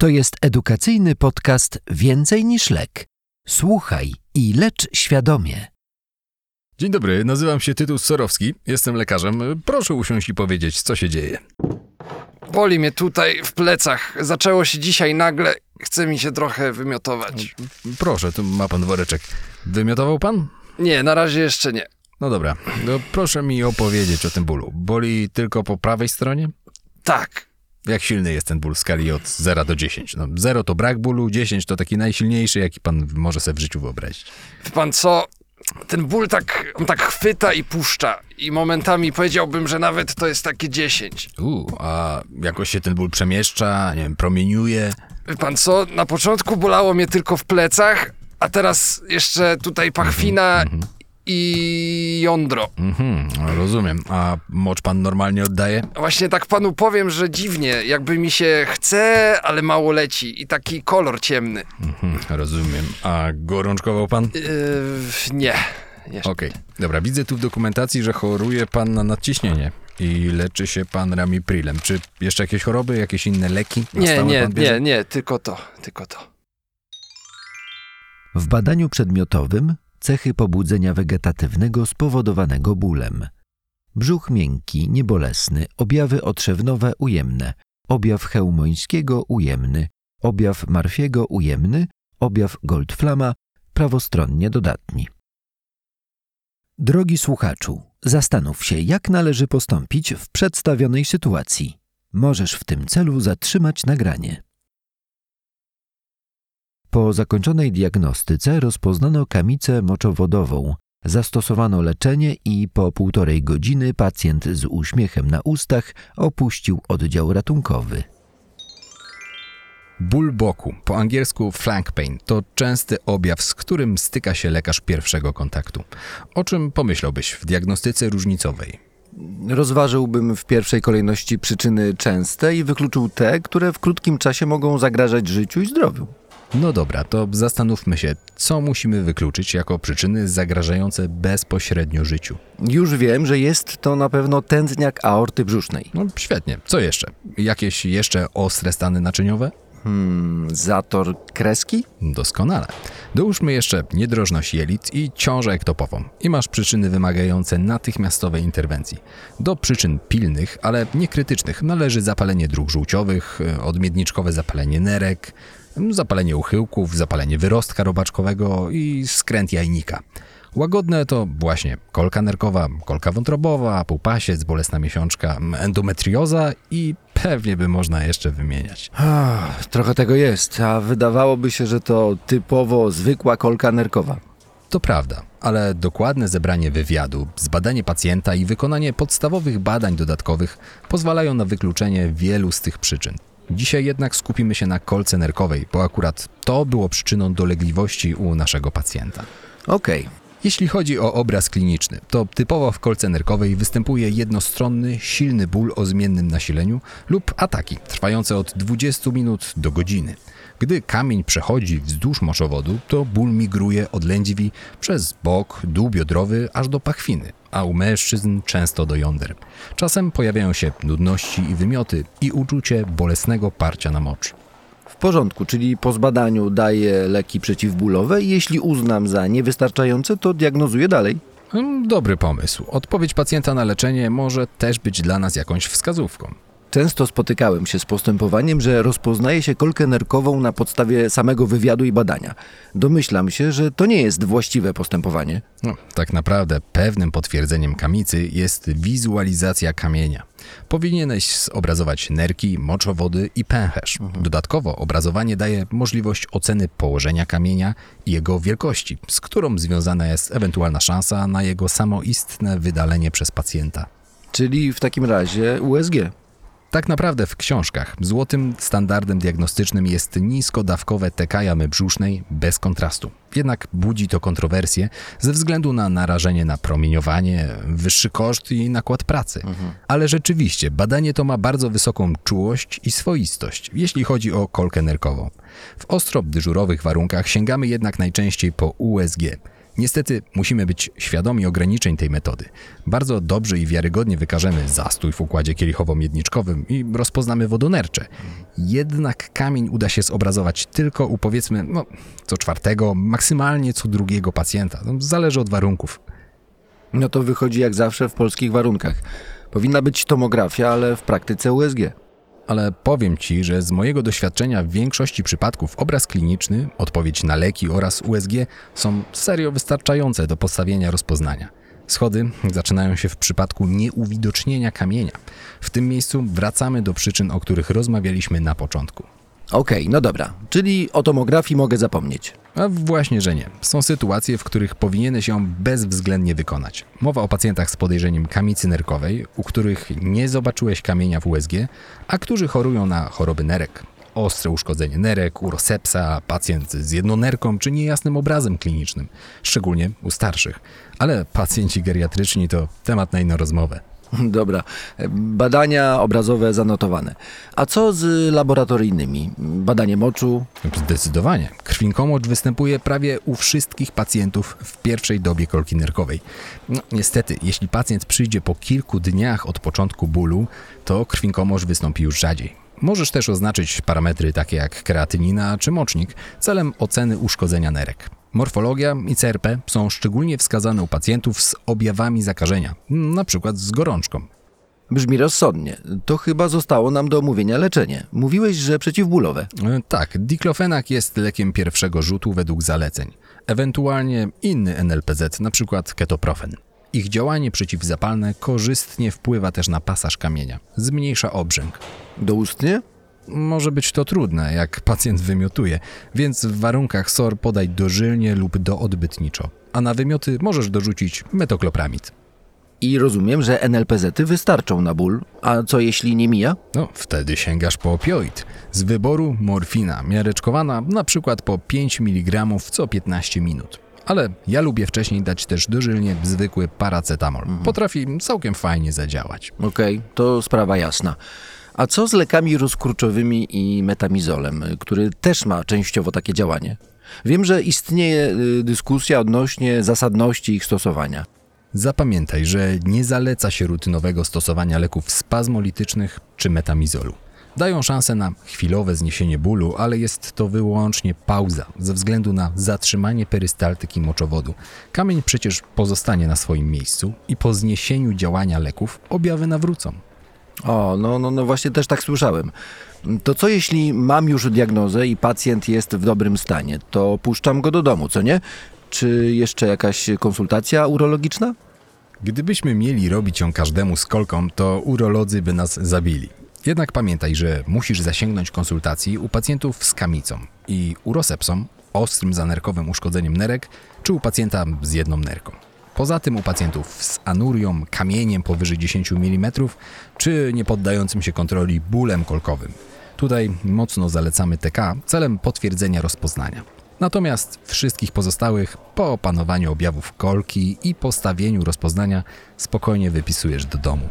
To jest edukacyjny podcast Więcej niż lek. Słuchaj i lecz świadomie. Dzień dobry, nazywam się Tytus Sorowski, jestem lekarzem. Proszę usiąść i powiedzieć, co się dzieje. Boli mnie tutaj w plecach. Zaczęło się dzisiaj nagle. Chce mi się trochę wymiotować. Proszę, tu ma pan woreczek. Wymiotował pan? Nie, na razie jeszcze nie. No dobra, proszę mi opowiedzieć o tym bólu. Boli tylko po prawej stronie? Tak. Jak silny jest ten ból w skali od 0 do 10? 0 to brak bólu, 10 to taki najsilniejszy, jaki pan może sobie w życiu wyobrazić. Wie pan co? Ten ból on tak chwyta i puszcza. I momentami powiedziałbym, że nawet to jest takie 10. A jakoś się ten ból przemieszcza, nie wiem, promieniuje? Wie pan co? Na początku bolało mnie tylko w plecach, a teraz jeszcze tutaj pachwina i jądro. Rozumiem. A mocz pan normalnie oddaje? Właśnie tak panu powiem, że dziwnie. Jakby mi się chce, ale mało leci. I taki kolor ciemny. Rozumiem. A gorączkował pan? Nie. Jeszcze. Okej. Dobra, widzę tu w dokumentacji, że choruje pan na nadciśnienie i leczy się pan Ramiprilem. Czy jeszcze jakieś choroby, jakieś inne leki? Nie, tylko to. W badaniu przedmiotowym cechy pobudzenia wegetatywnego spowodowanego bólem. Brzuch miękki, niebolesny, objawy otrzewnowe ujemne, objaw Chełmońskiego ujemny, objaw Marfiego ujemny, objaw Goldflama prawostronnie dodatni. Drogi słuchaczu, zastanów się, jak należy postąpić w przedstawionej sytuacji. Możesz w tym celu zatrzymać nagranie. Po zakończonej diagnostyce rozpoznano kamicę moczowodową, zastosowano leczenie i po 1,5 godziny pacjent z uśmiechem na ustach opuścił oddział ratunkowy. Ból boku, po angielsku flank pain, to częsty objaw, z którym styka się lekarz pierwszego kontaktu. O czym pomyślałbyś w diagnostyce różnicowej? Rozważyłbym w pierwszej kolejności przyczyny częste i wykluczył te, które w krótkim czasie mogą zagrażać życiu i zdrowiu. No dobra, to zastanówmy się, co musimy wykluczyć jako przyczyny zagrażające bezpośrednio życiu. Już wiem, że jest to na pewno tętniak aorty brzusznej. No świetnie, co jeszcze? Jakieś jeszcze ostre stany naczyniowe? Zator kreski? Doskonale. Dołóżmy jeszcze niedrożność jelit i ciążę ektopową. I masz przyczyny wymagające natychmiastowej interwencji. Do przyczyn pilnych, ale nie krytycznych należy zapalenie dróg żółciowych, odmiedniczkowe zapalenie nerek, zapalenie uchyłków, zapalenie wyrostka robaczkowego i skręt jajnika. Łagodne to właśnie kolka nerkowa, kolka wątrobowa, półpasiec, bolesna miesiączka, endometrioza i pewnie by można jeszcze wymieniać. Trochę tego jest, a wydawałoby się, że to typowo zwykła kolka nerkowa. To prawda, ale dokładne zebranie wywiadu, zbadanie pacjenta i wykonanie podstawowych badań dodatkowych pozwalają na wykluczenie wielu z tych przyczyn. Dzisiaj jednak skupimy się na kolce nerkowej, bo akurat to było przyczyną dolegliwości u naszego pacjenta. Okej. Jeśli chodzi o obraz kliniczny, to typowo w kolce nerkowej występuje jednostronny, silny ból o zmiennym nasileniu lub ataki trwające od 20 minut do godziny. Gdy kamień przechodzi wzdłuż moczowodu, to ból migruje od lędźwi przez bok, dół biodrowy aż do pachwiny, a u mężczyzn często do jąder. Czasem pojawiają się nudności i wymioty i uczucie bolesnego parcia na mocz. W porządku, czyli po zbadaniu daję leki przeciwbólowe i jeśli uznam za niewystarczające, to diagnozuję dalej. Dobry pomysł. Odpowiedź pacjenta na leczenie może też być dla nas jakąś wskazówką. Często spotykałem się z postępowaniem, że rozpoznaje się kolkę nerkową na podstawie samego wywiadu i badania. Domyślam się, że to nie jest właściwe postępowanie. Tak naprawdę pewnym potwierdzeniem kamicy jest wizualizacja kamienia. Powinieneś zobrazować nerki, moczowody i pęcherz. Dodatkowo obrazowanie daje możliwość oceny położenia kamienia i jego wielkości, z którą związana jest ewentualna szansa na jego samoistne wydalenie przez pacjenta. Czyli w takim razie USG. Tak naprawdę w książkach złotym standardem diagnostycznym jest nisko-dawkowe TK jamy brzusznej bez kontrastu. Jednak budzi to kontrowersje ze względu na narażenie na promieniowanie, wyższy koszt i nakład pracy. Ale rzeczywiście badanie to ma bardzo wysoką czułość i swoistość, jeśli chodzi o kolkę nerkową. W ostro dyżurowych warunkach sięgamy jednak najczęściej po USG. Niestety musimy być świadomi ograniczeń tej metody. Bardzo dobrze i wiarygodnie wykażemy zastój w układzie kielichowo-miedniczkowym i rozpoznamy wodonercze. Jednak kamień uda się zobrazować tylko u powiedzmy co czwartego, maksymalnie co drugiego pacjenta. Zależy od warunków. No to wychodzi jak zawsze w polskich warunkach. Powinna być tomografia, ale w praktyce USG. Ale powiem Ci, że z mojego doświadczenia w większości przypadków obraz kliniczny, odpowiedź na leki oraz USG są serio wystarczające do postawienia rozpoznania. Schody zaczynają się w przypadku nieuwidocznienia kamienia. W tym miejscu wracamy do przyczyn, o których rozmawialiśmy na początku. Okej, no dobra. Czyli o tomografii mogę zapomnieć. A właśnie, że nie. Są sytuacje, w których powinieneś ją bezwzględnie wykonać. Mowa o pacjentach z podejrzeniem kamicy nerkowej, u których nie zobaczyłeś kamienia w USG, a którzy chorują na choroby nerek. Ostre uszkodzenie nerek, urosepsa, pacjent z jednonerką czy niejasnym obrazem klinicznym, szczególnie u starszych. Ale pacjenci geriatryczni to temat na inną rozmowę. Dobra. Badania obrazowe zanotowane. A co z laboratoryjnymi? Badanie moczu? Zdecydowanie. Krwinkomocz występuje prawie u wszystkich pacjentów w pierwszej dobie kolki nerkowej. Niestety, jeśli pacjent przyjdzie po kilku dniach od początku bólu, to krwinkomocz wystąpi już rzadziej. Możesz też oznaczyć parametry takie jak kreatynina czy mocznik celem oceny uszkodzenia nerek. Morfologia i CRP są szczególnie wskazane u pacjentów z objawami zakażenia, np. z gorączką. Brzmi rozsądnie. To chyba zostało nam do omówienia leczenie. Mówiłeś, że przeciwbólowe. Tak, diklofenak jest lekiem pierwszego rzutu według zaleceń. Ewentualnie inny NLPZ, np. ketoprofen. Ich działanie przeciwzapalne korzystnie wpływa też na pasaż kamienia. Zmniejsza obrzęk. Doustnie? Może być to trudne, jak pacjent wymiotuje, więc w warunkach SOR podaj dożylnie lub doodbytniczo, a na wymioty możesz dorzucić metoklopramid. I rozumiem, że NLPZ-y wystarczą na ból. A co jeśli nie mija? Wtedy sięgasz po opioid. Z wyboru morfina, miareczkowana na przykład po 5 mg co 15 minut. Ale ja lubię wcześniej dać też dożylnie zwykły paracetamol. Potrafi całkiem fajnie zadziałać. Okej, to sprawa jasna. A co z lekami rozkurczowymi i metamizolem, który też ma częściowo takie działanie? Wiem, że istnieje dyskusja odnośnie zasadności ich stosowania. Zapamiętaj, że nie zaleca się rutynowego stosowania leków spazmolitycznych czy metamizolu. Dają szansę na chwilowe zniesienie bólu, ale jest to wyłącznie pauza ze względu na zatrzymanie perystaltyki moczowodu. Kamień przecież pozostanie na swoim miejscu i po zniesieniu działania leków objawy nawrócą. O, no właśnie też tak słyszałem. To co jeśli mam już diagnozę i pacjent jest w dobrym stanie, to puszczam go do domu, co nie? Czy jeszcze jakaś konsultacja urologiczna? Gdybyśmy mieli robić ją każdemu z kolką, to urolodzy by nas zabili. Jednak pamiętaj, że musisz zasięgnąć konsultacji u pacjentów z kamicą i urosepsą, ostrym zanerkowym uszkodzeniem nerek, czy u pacjenta z jedną nerką. Poza tym u pacjentów z anurią, kamieniem powyżej 10 mm, czy niepoddającym się kontroli bólem kolkowym. Tutaj mocno zalecamy TK celem potwierdzenia rozpoznania. Natomiast wszystkich pozostałych po opanowaniu objawów kolki i postawieniu rozpoznania spokojnie wypisujesz do domu.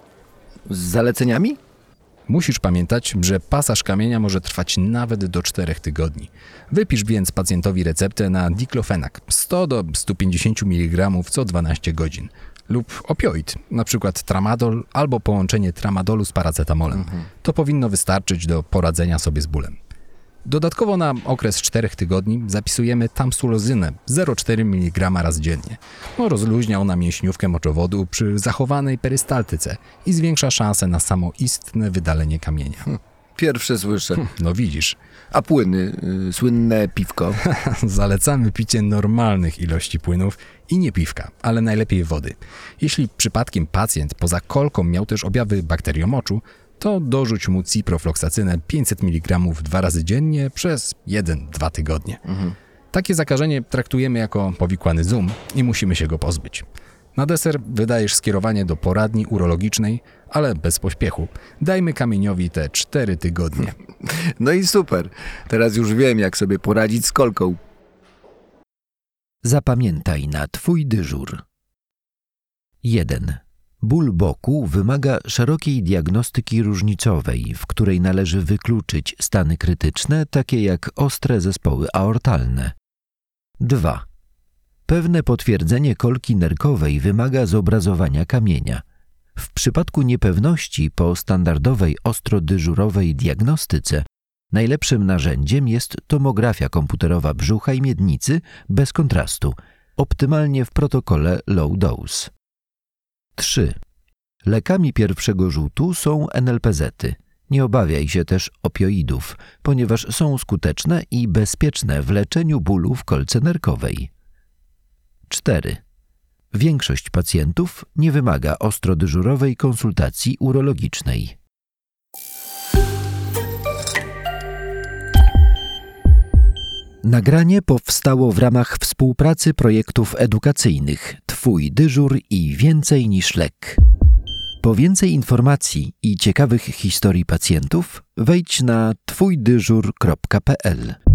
Z zaleceniami? Musisz pamiętać, że pasaż kamienia może trwać nawet do 4 tygodni. Wypisz więc pacjentowi receptę na diklofenak 100 do 150 mg co 12 godzin lub opioid, np. tramadol albo połączenie tramadolu z paracetamolem. To powinno wystarczyć do poradzenia sobie z bólem. Dodatkowo na okres 4 tygodni zapisujemy tamsulozynę 0,4 mg raz dziennie. Rozluźnia ona mięśniówkę moczowodu przy zachowanej perystaltyce i zwiększa szanse na samoistne wydalenie kamienia. Pierwsze słyszę. No widzisz. A płyny, słynne piwko. Zalecamy picie normalnych ilości płynów i nie piwka, ale najlepiej wody. Jeśli przypadkiem pacjent poza kolką miał też objawy bakteriomoczu, to dorzuć mu ciprofloksacynę 500 mg 2 razy dziennie przez 1-2 tygodnie. Takie zakażenie traktujemy jako powikłany zoom i musimy się go pozbyć. Na deser wydajesz skierowanie do poradni urologicznej, ale bez pośpiechu. Dajmy kamieniowi te 4 tygodnie. No i super. Teraz już wiem, jak sobie poradzić z kolką. Zapamiętaj na Twój dyżur. 1. Ból boku wymaga szerokiej diagnostyki różnicowej, w której należy wykluczyć stany krytyczne, takie jak ostre zespoły aortalne. 2. Pewne potwierdzenie kolki nerkowej wymaga zobrazowania kamienia. W przypadku niepewności po standardowej ostrodyżurowej diagnostyce najlepszym narzędziem jest tomografia komputerowa brzucha i miednicy bez kontrastu, optymalnie w protokole low dose. 3. Lekami pierwszego rzutu są NLPZ-y. Nie obawiaj się też opioidów, ponieważ są skuteczne i bezpieczne w leczeniu bólu w kolce nerkowej. 4. Większość pacjentów nie wymaga ostrodyżurowej konsultacji urologicznej. Nagranie powstało w ramach współpracy projektów edukacyjnych Twój dyżur i Więcej niż lek. Po więcej informacji i ciekawych historii pacjentów wejdź na twójdyżur.pl.